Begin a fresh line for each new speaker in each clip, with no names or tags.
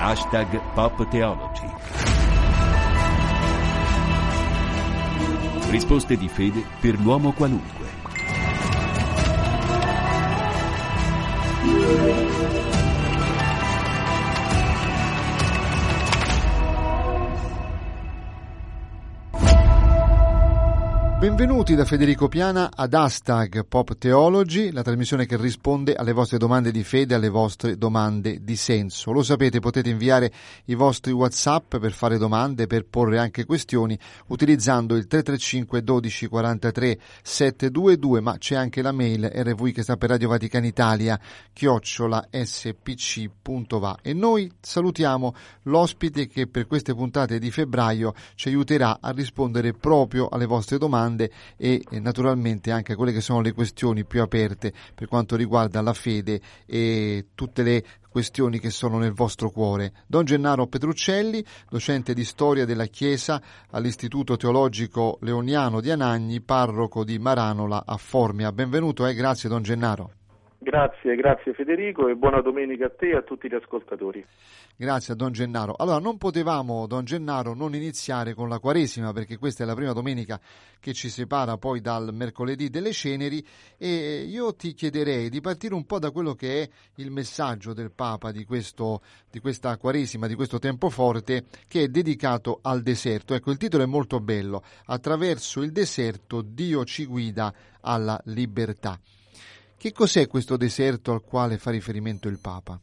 #PopTheology. Risposte di fede per l'uomo qualunque.
Benvenuti da Federico Piana ad #PopTheology, la trasmissione che risponde alle vostre domande di fede, alle vostre domande di senso. Lo sapete, potete inviare i vostri WhatsApp per fare domande, per porre anche questioni, utilizzando il 335 12 43 722, ma c'è anche la mail RVI che sta per Radio Vaticana Italia @spc.va. E noi salutiamo l'ospite che per queste puntate di febbraio ci aiuterà a rispondere proprio alle vostre domande e naturalmente anche a quelle che sono le questioni più aperte per quanto riguarda la fede e tutte le questioni che sono nel vostro cuore. Don Gennaro Petruccelli, docente di storia della Chiesa all'Istituto Teologico Leoniano di Anagni, parroco di Maranola a Formia. Benvenuto e grazie Don Gennaro.
Grazie Federico e buona domenica a te e a tutti gli ascoltatori.
Grazie a Don Gennaro. Allora, non potevamo, Don Gennaro, non iniziare con la Quaresima, perché questa è la prima domenica che ci separa poi dal mercoledì delle ceneri, e io ti chiederei di partire un po' da quello che è il messaggio del Papa di questa Quaresima, di questo tempo forte, che è dedicato al deserto. Ecco, il titolo è molto bello: Attraverso il deserto Dio ci guida alla libertà. Che cos'è questo deserto al quale fa riferimento il Papa?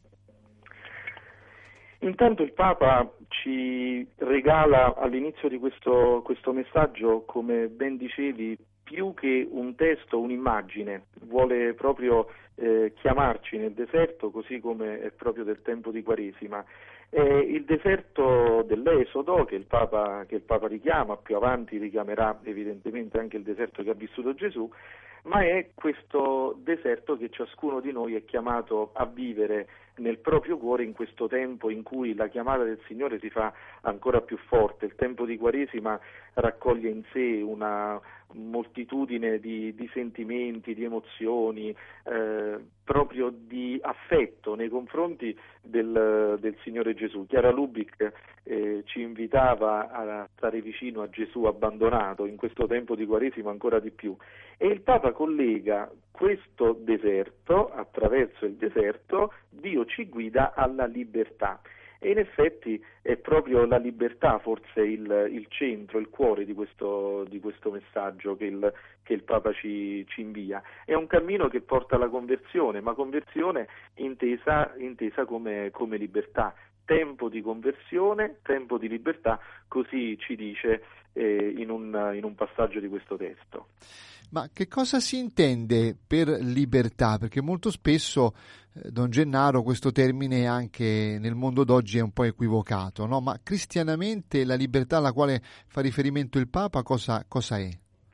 Intanto il Papa ci regala all'inizio di questo messaggio, come ben dicevi, più che un testo, un'immagine. Vuole proprio chiamarci nel deserto, così come è proprio del tempo di Quaresima. È il deserto dell'Esodo che il Papa richiama, più avanti richiamerà evidentemente anche il deserto che ha vissuto Gesù, ma è questo deserto che ciascuno di noi è chiamato a vivere nel proprio cuore in questo tempo in cui la chiamata del Signore si fa ancora più forte. Il tempo di Quaresima raccoglie in sé una moltitudine di sentimenti, di emozioni, proprio di affetto nei confronti del Signore Gesù. Chiara Lubick ci invitava a stare vicino a Gesù abbandonato in questo tempo di Quaresima ancora di più, e il Papa collega questo deserto, attraverso il deserto Dio ci guida alla libertà. E in effetti è proprio la libertà forse il centro, il cuore di questo messaggio che il Papa ci invia. È un cammino che porta alla conversione, ma conversione intesa come libertà. Tempo di conversione, tempo di libertà, così ci dice in un passaggio di questo testo.
Ma che cosa si intende per libertà? Perché molto spesso, Don Gennaro, questo termine anche nel mondo d'oggi è un po' equivocato, no? Ma cristianamente la libertà alla quale fa riferimento il Papa cosa è?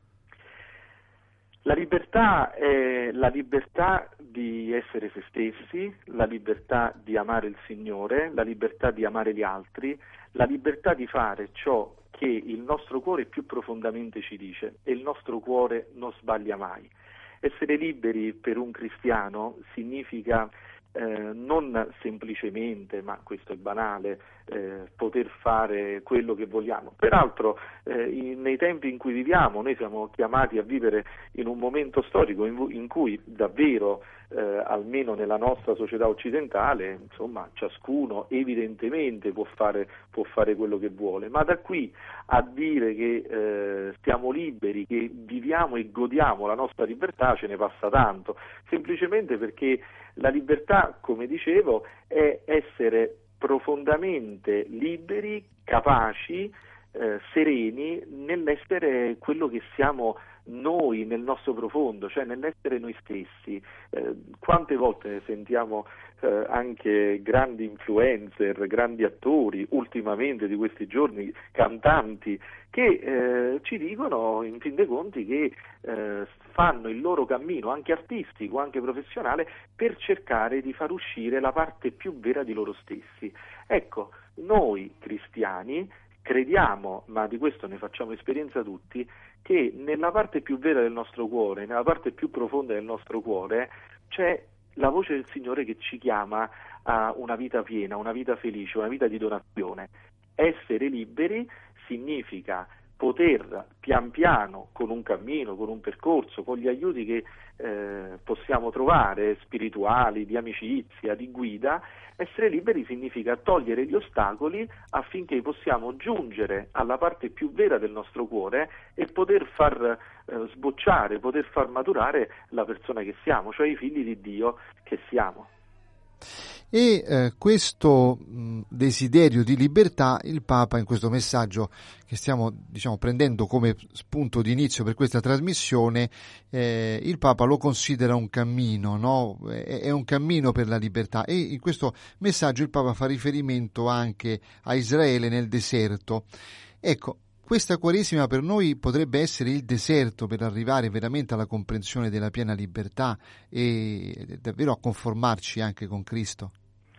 La libertà è la libertà di essere se stessi, la libertà di amare il Signore, la libertà di amare gli altri, la libertà di fare ciò che il nostro cuore più profondamente ci dice, e il nostro cuore non sbaglia mai. Essere liberi per un cristiano significa non semplicemente, ma questo è banale, poter fare quello che vogliamo. Peraltro nei tempi in cui viviamo noi siamo chiamati a vivere in un momento storico in cui davvero, almeno nella nostra società occidentale, insomma, ciascuno evidentemente può fare quello che vuole, ma da qui a dire che siamo liberi, che viviamo e godiamo la nostra libertà, ce ne passa tanto, semplicemente perché la libertà, come dicevo, è essere profondamente liberi, capaci, sereni nell'essere quello che siamo noi nel nostro profondo, cioè nell'essere noi stessi. Quante volte sentiamo anche grandi influencer, grandi attori, ultimamente di questi giorni cantanti, che ci dicono in fin dei conti che fanno il loro cammino anche artistico, anche professionale, per cercare di far uscire la parte più vera di loro stessi. Ecco, noi cristiani crediamo, ma di questo ne facciamo esperienza tutti, che nella parte più vera del nostro cuore, nella parte più profonda del nostro cuore, c'è la voce del Signore che ci chiama a una vita piena, una vita felice, una vita di donazione. Essere liberi significa poter pian piano, con un cammino, con un percorso, con gli aiuti che possiamo trovare, spirituali, di amicizia, di guida, essere liberi significa togliere gli ostacoli affinché possiamo giungere alla parte più vera del nostro cuore e poter far sbocciare, poter far maturare la persona che siamo, cioè i figli di Dio che siamo.
E questo desiderio di libertà il Papa in questo messaggio che stiamo prendendo come spunto di inizio per questa trasmissione, il Papa lo considera un cammino, no? È un cammino per la libertà, e in questo messaggio il Papa fa riferimento anche a Israele nel deserto. Ecco, questa Quaresima per noi potrebbe essere il deserto per arrivare veramente alla comprensione della piena libertà e davvero a conformarci anche con Cristo.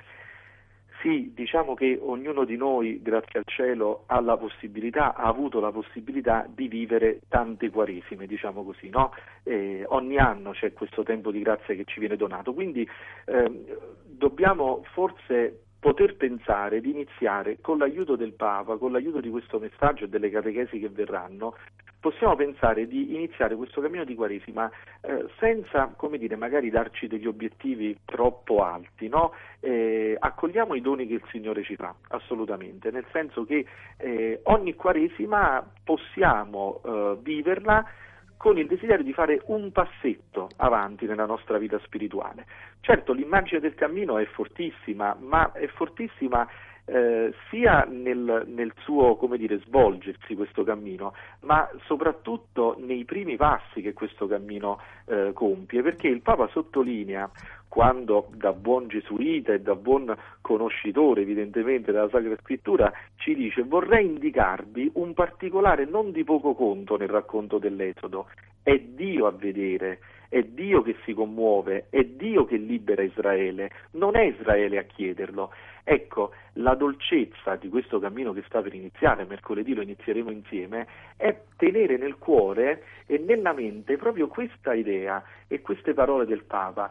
Sì, diciamo che ognuno di noi, grazie al cielo, ha avuto la possibilità di vivere tante Quaresime, diciamo così, no? Ogni anno c'è questo tempo di grazia che ci viene donato, quindi dobbiamo forse poter pensare di iniziare con l'aiuto del Papa, con l'aiuto di questo messaggio e delle catechesi che verranno, possiamo pensare di iniziare questo cammino di Quaresima senza, magari darci degli obiettivi troppo alti, no? Accogliamo i doni che il Signore ci fa, assolutamente, nel senso che ogni Quaresima possiamo viverla con il desiderio di fare un passetto avanti nella nostra vita spirituale. Certo, l'immagine del cammino è fortissima, ma è fortissima sia nel suo, svolgersi questo cammino, ma soprattutto nei primi passi che questo cammino compie, perché il Papa sottolinea, quando da buon gesuita e da buon conoscitore evidentemente della Sacra Scrittura ci dice: vorrei indicarvi un particolare non di poco conto nel racconto dell'Esodo, è Dio a vedere, è Dio che si commuove, è Dio che libera Israele, non è Israele a chiederlo. Ecco, la dolcezza di questo cammino che sta per iniziare, mercoledì lo inizieremo insieme, è tenere nel cuore e nella mente proprio questa idea e queste parole del Papa.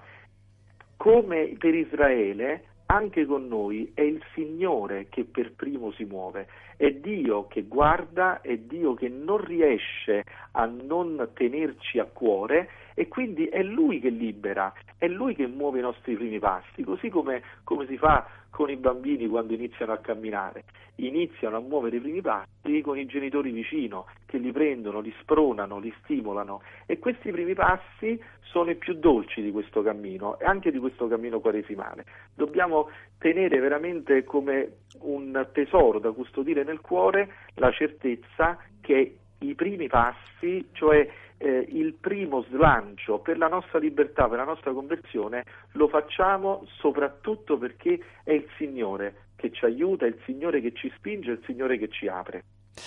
Come per Israele, anche con noi è il Signore che per primo si muove, è Dio che guarda, è Dio che non riesce a non tenerci a cuore, e quindi è Lui che libera, è Lui che muove i nostri primi passi, così come si fa con i bambini quando iniziano a camminare. Iniziano a muovere i primi passi con i genitori vicino, che li prendono, li spronano, li stimolano, e questi primi passi sono i più dolci di questo cammino, e anche di questo cammino quaresimale. Dobbiamo tenere veramente come un tesoro da custodire nel cuore la certezza che i primi passi, cioè il primo slancio per la nostra libertà, per la nostra conversione, lo facciamo soprattutto perché è il Signore che ci aiuta, è il Signore che ci spinge, è il Signore che ci apre.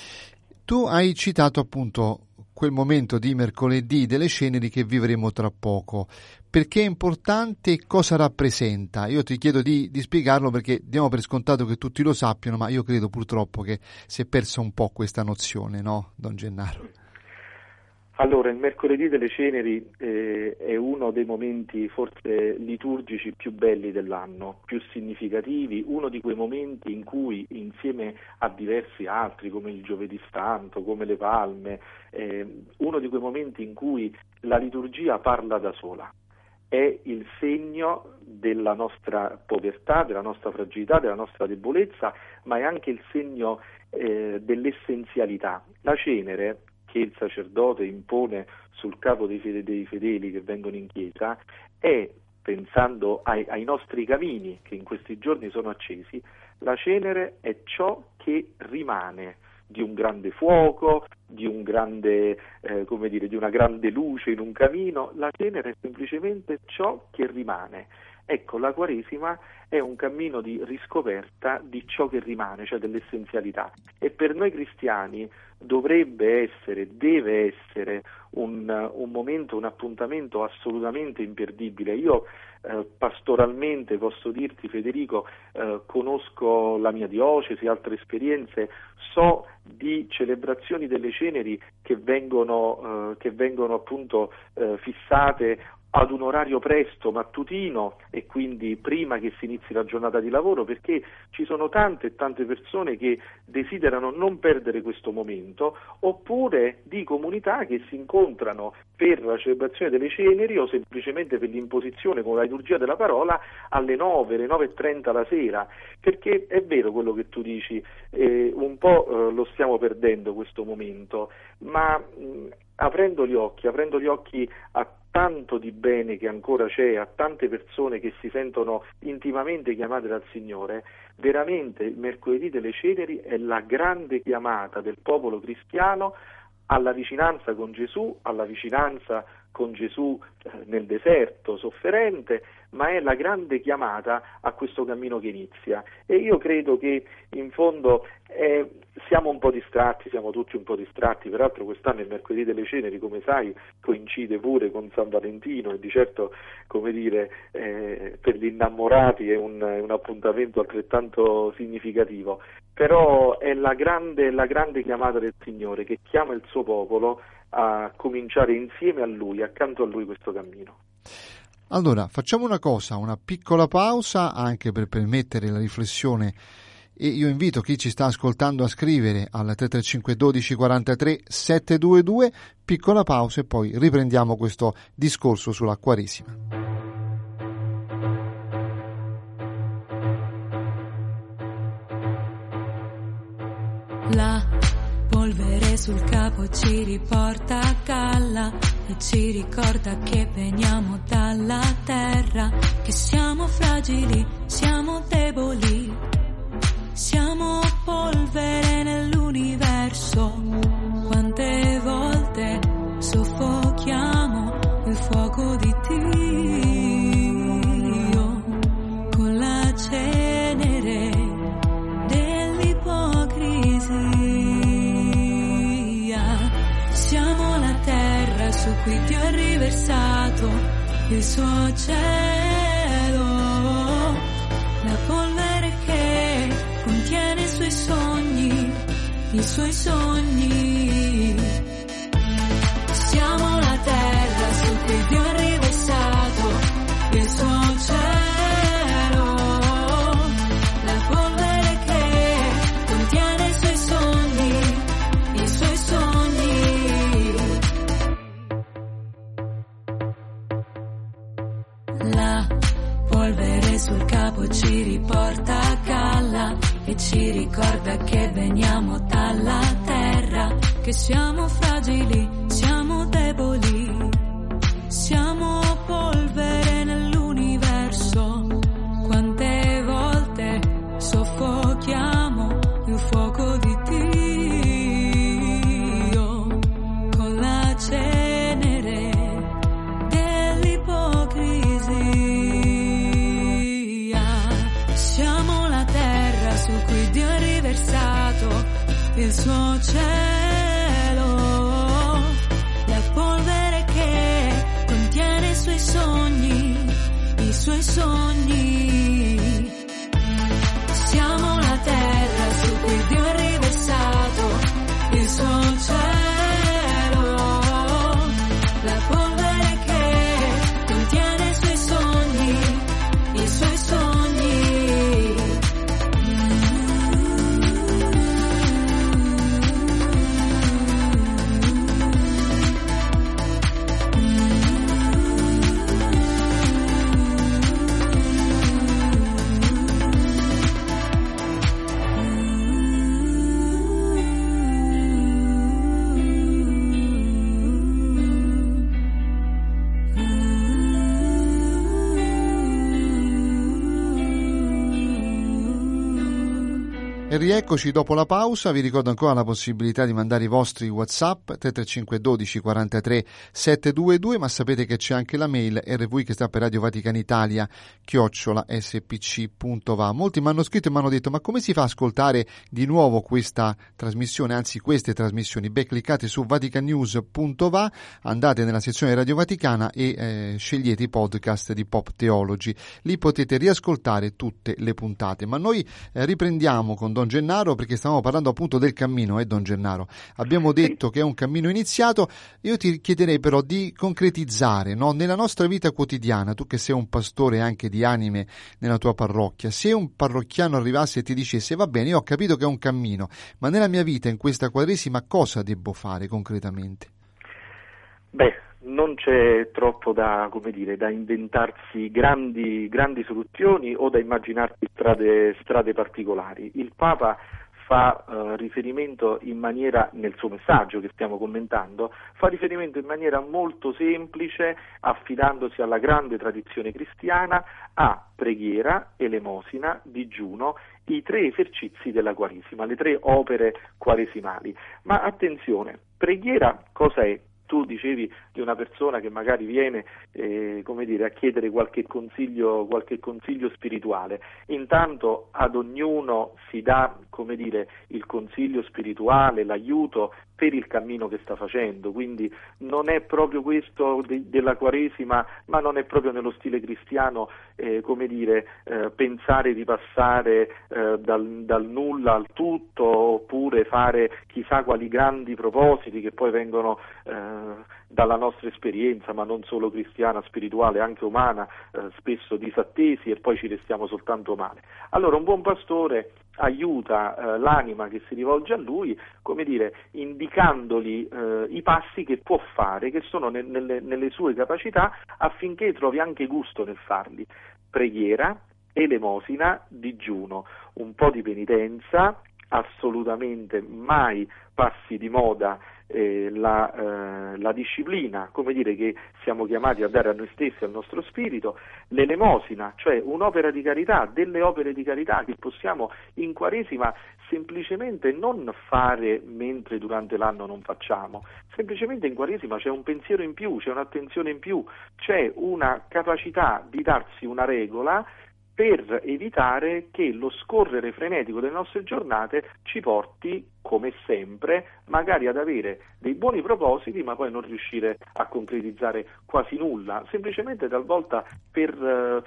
Tu hai citato appunto quel momento di mercoledì delle ceneri che vivremo tra poco. Perché è importante e cosa rappresenta? Io ti chiedo di spiegarlo, perché diamo per scontato che tutti lo sappiano, ma io credo purtroppo che si è persa un po' questa nozione, no, Don Gennaro?
Allora, il mercoledì delle ceneri è uno dei momenti forse liturgici più belli dell'anno, più significativi, uno di quei momenti in cui, insieme a diversi altri come il Giovedì Santo, come le Palme, uno di quei momenti in cui la liturgia parla da sola. È il segno della nostra povertà, della nostra fragilità, della nostra debolezza, ma è anche il segno dell'essenzialità. La cenere che il sacerdote impone sul capo dei fedeli che vengono in chiesa è, pensando ai nostri camini che in questi giorni sono accesi, la cenere è ciò che rimane di un grande fuoco, di un grande, di una grande luce in un camino. La cenere è semplicemente ciò che rimane. Ecco, la Quaresima è un cammino di riscoperta di ciò che rimane, cioè dell'essenzialità, e per noi cristiani deve essere un momento, un appuntamento assolutamente imperdibile. Io pastoralmente posso dirti, Federico, conosco la mia diocesi, altre esperienze, so di celebrazioni delle ceneri che vengono appunto fissate ad un orario presto, mattutino, e quindi prima che si inizi la giornata di lavoro, perché ci sono tante e tante persone che desiderano non perdere questo momento, oppure di comunità che si incontrano per la celebrazione delle ceneri o semplicemente per l'imposizione con la liturgia della parola alle 9, alle 9:30 la sera, perché è vero quello che tu dici, un po' lo stiamo perdendo questo momento, ma aprendo gli occhi a tanto di bene che ancora c'è, a tante persone che si sentono intimamente chiamate dal Signore, veramente il mercoledì delle ceneri è la grande chiamata del popolo cristiano alla vicinanza con Gesù, alla vicinanza con Gesù nel deserto sofferente, ma è la grande chiamata a questo cammino che inizia. E io credo che in fondo siamo un po' distratti, siamo tutti un po' distratti, peraltro quest'anno il mercoledì delle ceneri, come sai, coincide pure con San Valentino, e di certo, come dire, per gli innamorati è un appuntamento altrettanto significativo, però è la grande chiamata del Signore che chiama il suo popolo a cominciare insieme a Lui, accanto a Lui, questo cammino.
Allora, facciamo una cosa, una piccola pausa anche per permettere la riflessione, e io invito chi ci sta ascoltando a scrivere al 335 12 43 722, piccola pausa e poi riprendiamo questo discorso sulla Quaresima.
La polvere sul capo ci riporta a galla e ci ricorda che veniamo dalla terra, che siamo fragili, siamo deboli, siamo polvere nell'universo. Quante volte soffochiamo il fuoco di Dio con la cenere dell'ipocrisia. Siamo la terra su cui Dio ha riversato il suo cielo, la polvere che contiene i suoi sogni, i suoi sogni. Siamo la terra su cui Dio ha riversato il suo cielo, la polvere che contiene i suoi sogni, i suoi sogni. La polvere sul capo ci riporta a galla e ci ricorda che veniamo dalla terra, che siamo fragili, siamo deboli, siamo polvere nell'universo. Quante volte soffochiamo il fuoco di Dio con la cenere dell'ipocrisia. Siamo la terra su cui Dio ha riversato il suo cielo, la polvere che contiene i suoi sogni, i suoi sogni. Siamo la terra su cui Dio ha riversato il suo cielo, la polvere che contiene i suoi sogni, i suoi sogni.
E rieccoci dopo la pausa. Vi ricordo ancora la possibilità di mandare i vostri WhatsApp 335 12 43 722, ma sapete che c'è anche la mail RV, che sta per Radio Vaticana Italia @spc.va. Molti mi hanno scritto e mi hanno detto: ma come si fa a ascoltare di nuovo questa trasmissione, anzi queste trasmissioni? Beh, cliccate su vaticanews.va, andate nella sezione Radio Vaticana e scegliete i podcast di Pop Theology. Lì potete riascoltare tutte le puntate. Ma noi riprendiamo con Don Gennaro, perché stavamo parlando appunto del cammino, Don Gennaro. Abbiamo detto che è un cammino iniziato. Io ti chiederei però di concretizzare, no? Nella nostra vita quotidiana, tu che sei un pastore anche di anime nella tua parrocchia, se un parrocchiano arrivasse e ti dicesse: va bene, io ho capito che è un cammino, ma nella mia vita in questa Quaresima cosa devo fare concretamente?
Non c'è troppo da inventarsi grandi soluzioni o da immaginarsi strade particolari. Il Papa fa riferimento in maniera, nel suo messaggio che stiamo commentando, fa riferimento in maniera molto semplice, affidandosi alla grande tradizione cristiana, a preghiera, elemosina, digiuno, i 3 esercizi della Quaresima, le 3 opere quaresimali. Ma attenzione, preghiera cosa è? Tu dicevi di una persona che magari viene a chiedere qualche consiglio spirituale. Intanto ad ognuno si dà il consiglio spirituale, l'aiuto per il cammino che sta facendo, quindi non è proprio questo della Quaresima, ma non è proprio nello stile cristiano pensare di passare dal nulla al tutto, oppure fare chissà quali grandi propositi che poi vengono dalla nostra esperienza, ma non solo cristiana, spirituale, anche umana, spesso disattesi, e poi ci restiamo soltanto male. Allora un buon pastore aiuta l'anima che si rivolge a lui, indicandogli i passi che può fare, che sono nelle sue capacità, affinché trovi anche gusto nel farli. Preghiera, elemosina, digiuno, un po' di penitenza, assolutamente mai passi di moda la disciplina, che siamo chiamati a dare a noi stessi, al nostro spirito, l'elemosina, cioè un'opera di carità, delle opere di carità che possiamo in Quaresima semplicemente non fare mentre durante l'anno non facciamo. Semplicemente in Quaresima c'è un pensiero in più, c'è un'attenzione in più, c'è una capacità di darsi una regola per evitare che lo scorrere frenetico delle nostre giornate ci porti, come sempre, magari ad avere dei buoni propositi, ma poi non riuscire a concretizzare quasi nulla, semplicemente talvolta per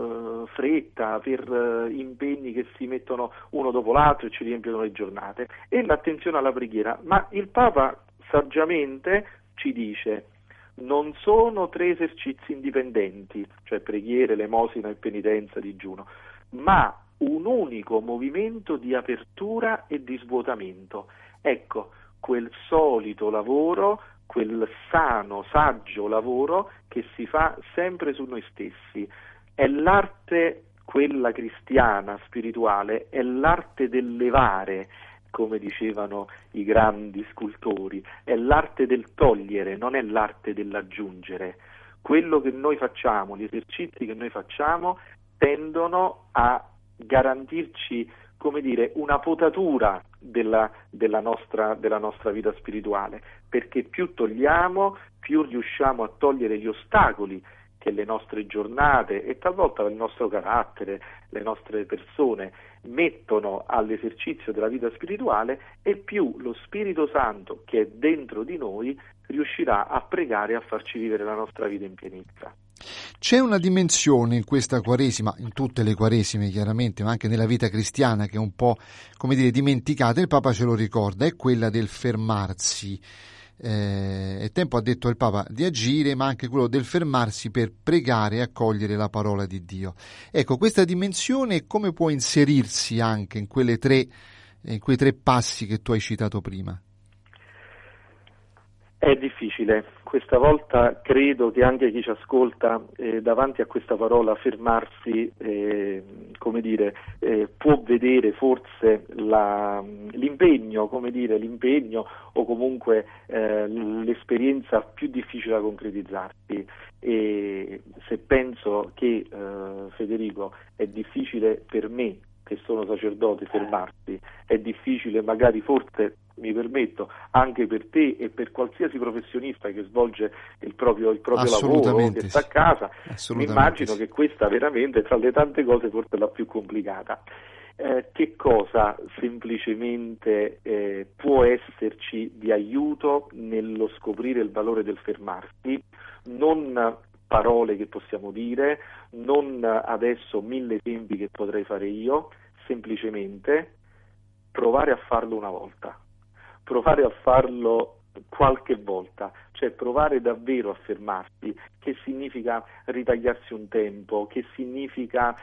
fretta, per impegni che si mettono uno dopo l'altro e ci riempiono le giornate. E l'attenzione alla preghiera. Ma il Papa saggiamente ci dice: non sono 3 esercizi indipendenti, cioè preghiera, elemosina e penitenza, digiuno, ma un unico movimento di apertura e di svuotamento. Ecco, quel solito lavoro, quel sano, saggio lavoro che si fa sempre su noi stessi. È l'arte, quella cristiana, spirituale, è l'arte del levare, come dicevano i grandi scultori, è l'arte del togliere, non è l'arte dell'aggiungere. Quello che noi facciamo, gli esercizi che noi facciamo, tendono a garantirci, una potatura della nostra vita spirituale, perché più togliamo, più riusciamo a togliere gli ostacoli che le nostre giornate e talvolta il nostro carattere, le nostre persone mettono all'esercizio della vita spirituale, e più lo Spirito Santo che è dentro di noi riuscirà a pregare e a farci vivere la nostra vita in pienezza.
C'è una dimensione in questa Quaresima, in tutte le Quaresime chiaramente, ma anche nella vita cristiana, che è un po' dimenticata, il Papa ce lo ricorda, è quella del fermarsi. È tempo, ha detto il Papa, di agire, ma anche quello del fermarsi per pregare e accogliere la parola di Dio. Ecco, questa dimensione come può inserirsi anche in quei 3 passi che tu hai citato prima?
È difficile, questa volta credo che anche chi ci ascolta davanti a questa parola fermarsi, può vedere forse l'impegno o comunque l'esperienza più difficile da concretizzarsi. E se penso che, Federico, è difficile per me, che sono sacerdote, fermarsi, è difficile magari forse, mi permetto, anche per te e per qualsiasi professionista che svolge il proprio lavoro, che sta a casa, mi immagino che questa veramente, tra le tante cose, forse è la più complicata. Che cosa semplicemente può esserci di aiuto nello scoprire il valore del fermarsi? Non parole che possiamo dire, non adesso 1000 esempi che potrei fare io, semplicemente provare a farlo una volta, provare a farlo qualche volta, cioè provare davvero a fermarsi, che significa ritagliarsi un tempo, che significa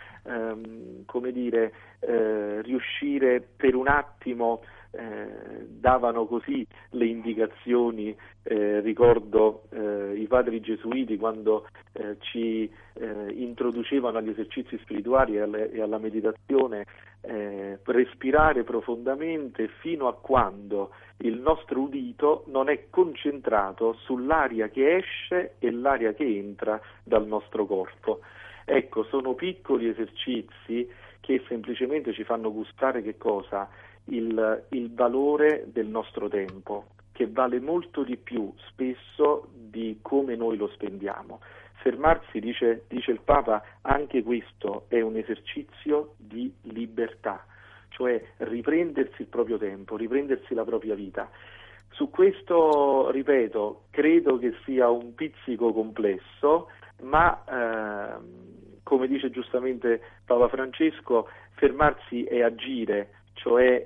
riuscire per un attimo, davano così le indicazioni, ricordo i padri gesuiti quando ci introducevano agli esercizi spirituali e alla meditazione, respirare profondamente fino a quando il nostro udito non è concentrato sull'aria che esce e l'aria che entra dal nostro corpo. Ecco, sono piccoli esercizi che semplicemente ci fanno gustare che cosa? Il valore del nostro tempo, che vale molto di più spesso di come noi lo spendiamo. Fermarsi, dice il Papa, anche questo è un esercizio di libertà, cioè riprendersi il proprio tempo, riprendersi la propria vita. Su questo, ripeto, credo che sia un pizzico complesso, ma come dice giustamente Papa Francesco, fermarsi è agire, cioè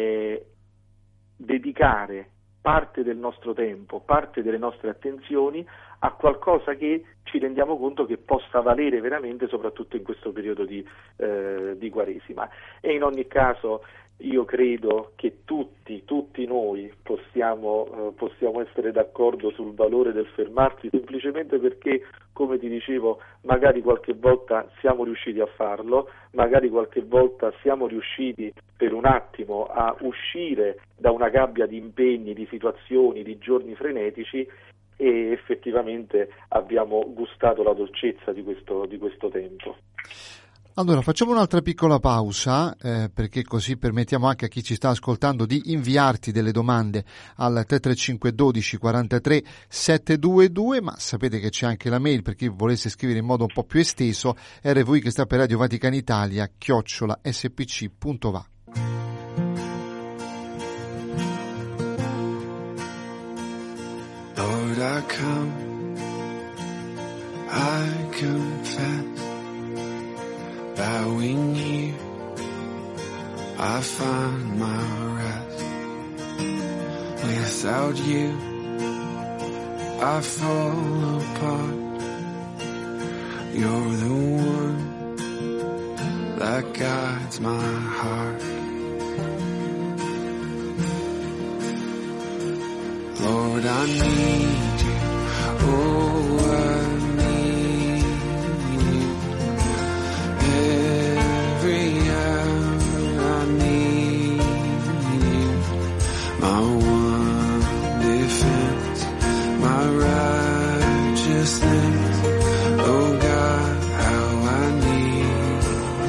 dedicare parte del nostro tempo, parte delle nostre attenzioni a qualcosa che ci rendiamo conto che possa valere veramente, soprattutto in questo periodo di Quaresima. E in ogni caso io credo che tutti noi possiamo essere d'accordo sul valore del fermarsi, semplicemente perché, come ti dicevo, magari qualche volta siamo riusciti a farlo, magari qualche volta siamo riusciti per un attimo a uscire da una gabbia di impegni, di situazioni, di giorni frenetici, e effettivamente abbiamo gustato la dolcezza di questo tempo.
Allora, facciamo un'altra piccola pausa, perché così permettiamo anche a chi ci sta ascoltando di inviarti delle domande al 335 12 43 722, ma sapete che c'è anche la mail per chi volesse scrivere in modo un po' più esteso, RVI che sta per Radio Vaticana Italia, @spc.va.
Lord, I come, I confess, bowing here, I find my rest. Without you, I fall apart. You're the one that guides my heart. Lord, I need you, oh, I need you. Every hour I need you. My one defense, my righteousness, oh God, how I need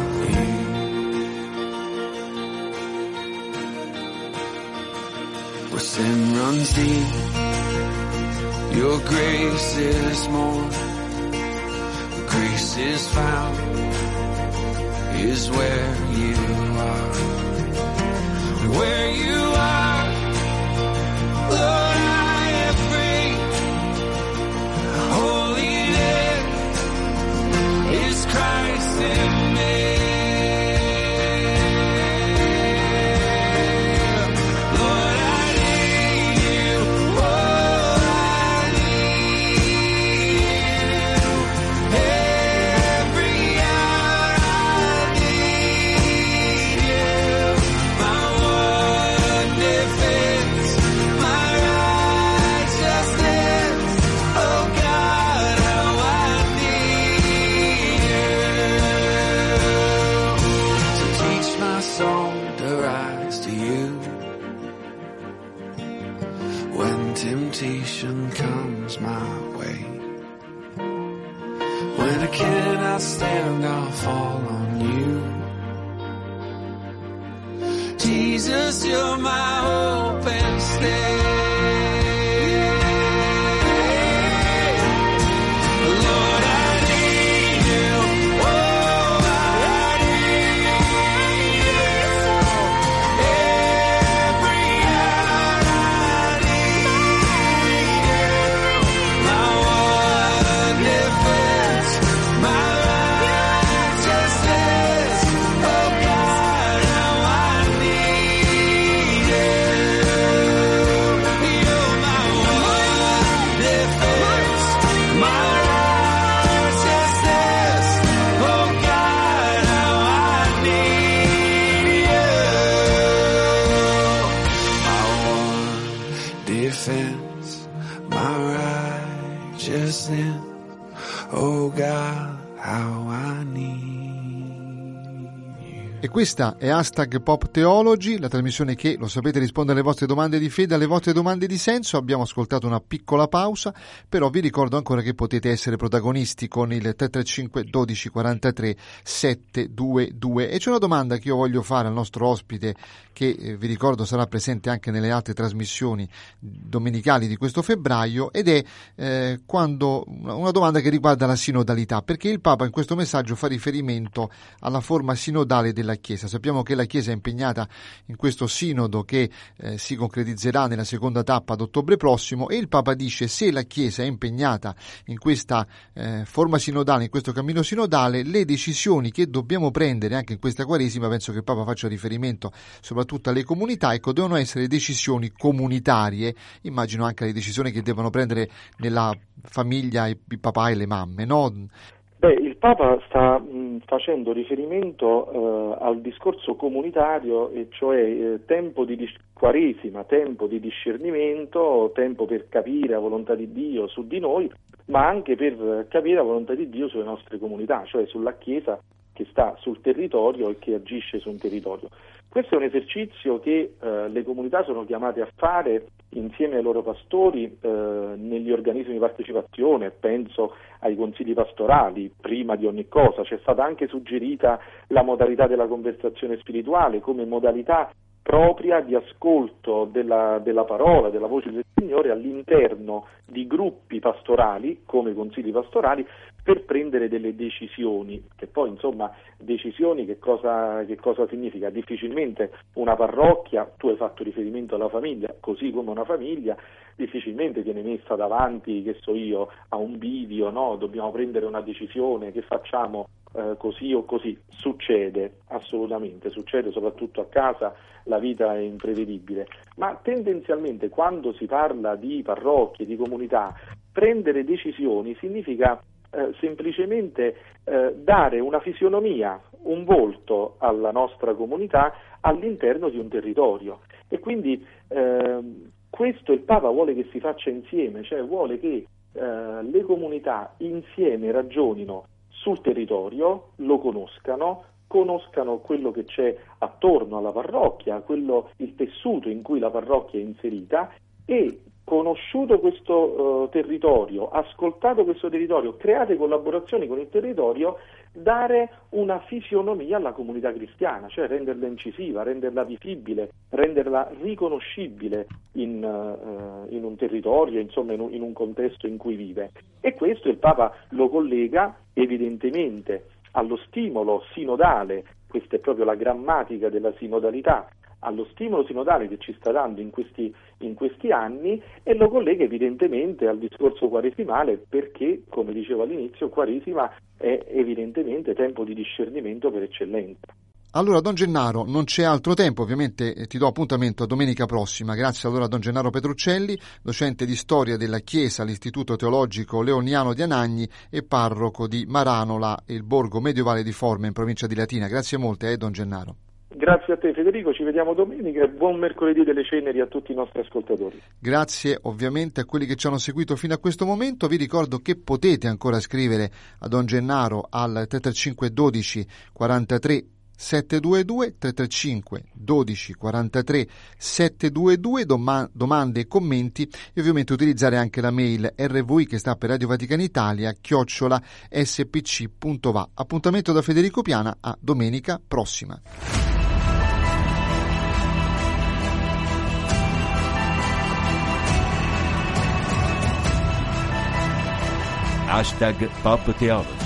you. Where sin runs deep, your grace is more. Grace is found, is where you are. Where you are, Lord, I am free. Holiness is Christ in me. Temptation comes my way. When I cannot stand, I'll fall on you. Jesus, you're my hope and stay. My in. Oh God, how I need.
E questa è Hashtag Pop Theology, la trasmissione che, lo sapete, risponde alle vostre domande di fede, alle vostre domande di senso. Abbiamo ascoltato una piccola pausa, però vi ricordo ancora che potete essere protagonisti con il 335 12 43 722. E c'è una domanda che io voglio fare al nostro ospite, che vi ricordo sarà presente anche nelle altre trasmissioni domenicali di questo febbraio, ed è una domanda che riguarda la sinodalità, perché il Papa in questo messaggio fa riferimento alla forma sinodale della Chiesa. Sappiamo che la Chiesa è impegnata in questo sinodo che si concretizzerà nella seconda tappa ad ottobre prossimo, e il Papa dice: se la Chiesa è impegnata in questa forma sinodale, in questo cammino sinodale, le decisioni che dobbiamo prendere anche in questa Quaresima, penso che il Papa faccia riferimento soprattutto alle comunità, devono essere decisioni comunitarie. Immagino anche le decisioni che devono prendere nella famiglia i papà e le mamme, no?
Il Papa sta facendo riferimento al discorso comunitario, e cioè tempo di Quaresima, tempo di discernimento, tempo per capire la volontà di Dio su di noi, ma anche per capire la volontà di Dio sulle nostre comunità, cioè sulla Chiesa che sta sul territorio e che agisce su un territorio. Questo è un esercizio che le comunità sono chiamate a fare insieme ai loro pastori negli organismi di partecipazione. Penso ai consigli pastorali. Prima di ogni cosa c'è stata anche suggerita la modalità della conversazione spirituale come modalità propria di ascolto della parola, della voce del Signore all'interno di gruppi pastorali come consigli pastorali, per prendere delle decisioni, che poi insomma decisioni che cosa significa? Difficilmente una parrocchia, tu hai fatto riferimento alla famiglia, così come una famiglia difficilmente viene messa davanti, che so io, a un bivio, no? Dobbiamo prendere una decisione, che facciamo così o così. Succede, assolutamente, succede soprattutto a casa, la vita è imprevedibile, ma tendenzialmente quando si parla di parrocchie, di comunità, prendere decisioni significa semplicemente dare una fisionomia, un volto alla nostra comunità all'interno di un territorio, e quindi questo il Papa vuole che si faccia insieme, cioè vuole che le comunità insieme ragionino sul territorio, lo conoscano quello che c'è attorno alla parrocchia, il tessuto in cui la parrocchia è inserita, e conosciuto questo territorio, ascoltato questo territorio, create collaborazioni con il territorio, dare una fisionomia alla comunità cristiana, cioè renderla incisiva, renderla visibile, renderla riconoscibile in un territorio, insomma in un contesto in cui vive. E questo il Papa lo collega evidentemente allo stimolo sinodale, questa è proprio la grammatica della sinodalità, allo stimolo sinodale che ci sta dando in questi anni, e lo collega evidentemente al discorso quaresimale, perché, come dicevo all'inizio, Quaresima è evidentemente tempo di discernimento per eccellenza.
Allora, Don Gennaro, non c'è altro tempo, ovviamente ti do appuntamento a domenica prossima. Grazie allora a Don Gennaro Petruccelli, docente di storia della Chiesa all'Istituto Teologico Leoniano di Anagni e parroco di Maranola, il borgo medievale di Forme in provincia di Latina. Grazie molte, Don Gennaro.
Grazie a te Federico, ci vediamo domenica e buon mercoledì delle ceneri a tutti i nostri ascoltatori.
Grazie ovviamente a quelli che ci hanno seguito fino a questo momento. Vi ricordo che potete ancora scrivere a Don Gennaro al 335 12 43 722, 335 12 43 722, domande e commenti, e ovviamente utilizzare anche la mail RVI che sta per Radio Vaticana Italia @spc.va. Appuntamento da Federico Piana, a domenica prossima.
Hashtag Pop Theology.